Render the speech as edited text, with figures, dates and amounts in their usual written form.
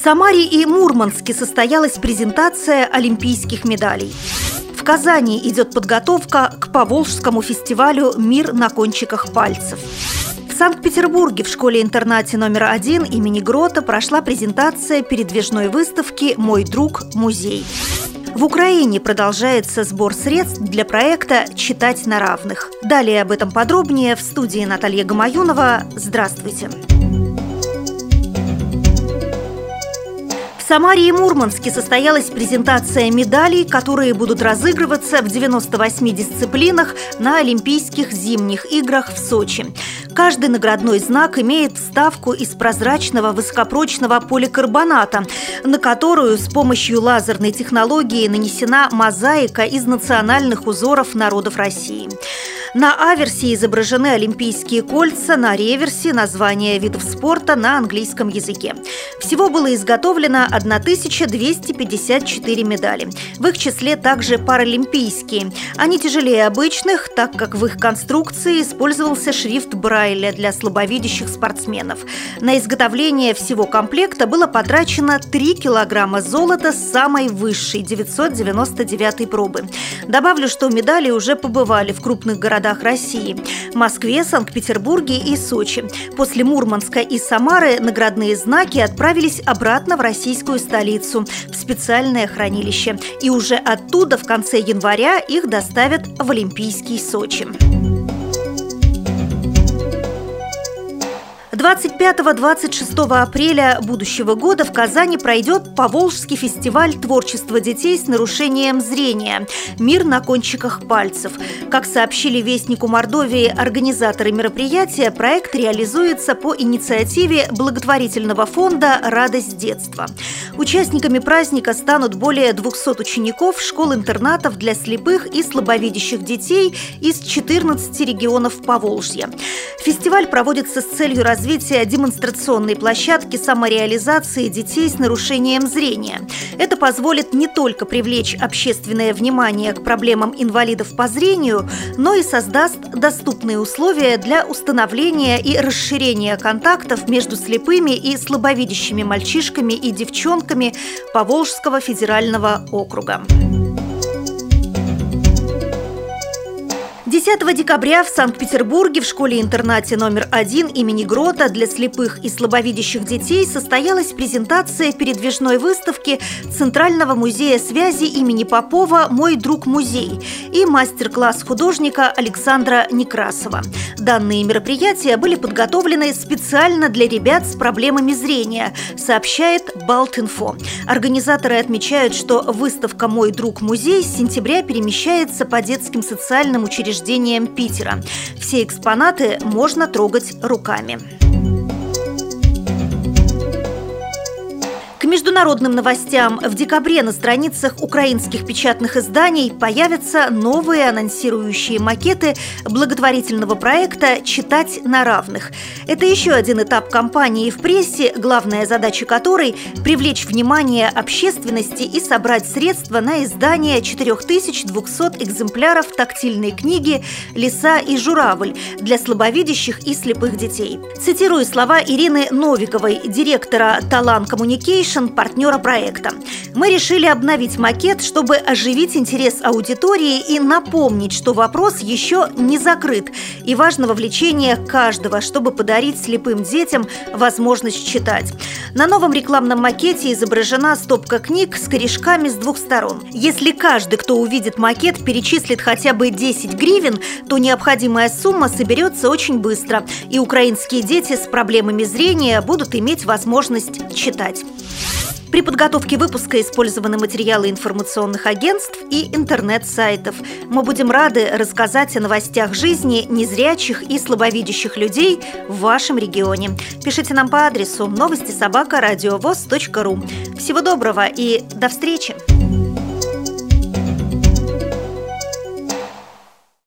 Самаре и Мурманске состоялась презентация олимпийских медалей. В Казани идет подготовка к Поволжскому фестивалю «Мир на кончиках пальцев». В Санкт-Петербурге в школе-интернате номер 1 имени Грота прошла презентация передвижной выставки «Мой друг – музей». В Украине продолжается сбор средств для проекта «Читать на равных». Далее об этом подробнее в студии Наталья Гамаюнова. Здравствуйте! В Самаре и Мурманске состоялась презентация медалей, которые будут разыгрываться в 98 дисциплинах на Олимпийских зимних играх в Сочи. Каждый наградной знак имеет вставку из прозрачного высокопрочного поликарбоната, на которую с помощью лазерной технологии нанесена мозаика из национальных узоров народов России. На аверсе изображены олимпийские кольца, на реверсе – названия видов спорта на английском языке. Всего было изготовлено 1254 медали. В их числе также паралимпийские. Они тяжелее обычных, так как в их конструкции использовался шрифт Брайля для слабовидящих спортсменов. На изготовление всего комплекта было потрачено 3 килограмма золота с самой высшей 999 пробы. Добавлю, что медали уже побывали в крупных городах России – Москве, Санкт-Петербурге и Сочи. После Мурманска и Самары наградные знаки отправились обратно в российскую столицу, в специальное хранилище. И уже оттуда в конце января их доставят в Олимпийский Сочи. 25-26 апреля будущего года в Казани пройдет Поволжский фестиваль творчества детей с нарушением зрения «Мир на кончиках пальцев». Как сообщили Вестнику Мордовии организаторы мероприятия, проект реализуется по инициативе благотворительного фонда «Радость детства». Участниками праздника станут более 200 учеников школ-интернатов для слепых и слабовидящих детей из 14 регионов Поволжья. Фестиваль проводится с целью развития демонстрационной площадки самореализации детей с нарушением зрения. Это позволит не только привлечь общественное внимание к проблемам инвалидов по зрению, но и создаст доступные условия для установления и расширения контактов между слепыми и слабовидящими мальчишками и девчонками Поволжского федерального округа. 10 декабря в Санкт-Петербурге в школе-интернате номер 1 имени Грота для слепых и слабовидящих детей состоялась презентация передвижной выставки Центрального музея связи имени Попова «Мой друг – музей» и мастер-класс художника Александра Некрасова. Данные мероприятия были подготовлены специально для ребят с проблемами зрения, сообщает Балт.Инфо. Организаторы отмечают, что выставка «Мой друг – музей» с сентября перемещается по детским социальным учреждениям Питера. Все экспонаты можно трогать руками. К международным новостям. В декабре на страницах украинских печатных изданий появятся новые анонсирующие макеты благотворительного проекта «Читать на равных». Это еще один этап кампании в прессе, главная задача которой – привлечь внимание общественности и собрать средства на издание 4200 экземпляров тактильной книги «Лиса и журавль» для слабовидящих и слепых детей. Цитирую слова Ирины Новиковой, директора Талан Communication, партнера проекта. Мы решили обновить макет, чтобы оживить интерес аудитории и напомнить, что вопрос еще не закрыт, и важно вовлечение каждого, чтобы подарить слепым детям возможность читать. На новом рекламном макете изображена стопка книг с корешками с двух сторон. Если каждый, кто увидит макет, перечислит хотя бы 10 гривен, то необходимая сумма соберется очень быстро, и украинские дети с проблемами зрения будут иметь возможность читать. При подготовке выпуска использованы материалы информационных агентств и интернет-сайтов. Мы будем рады рассказать о новостях жизни незрячих и слабовидящих людей в вашем регионе. Пишите нам по адресу новости@радиовоз.ру. Всего доброго и до встречи!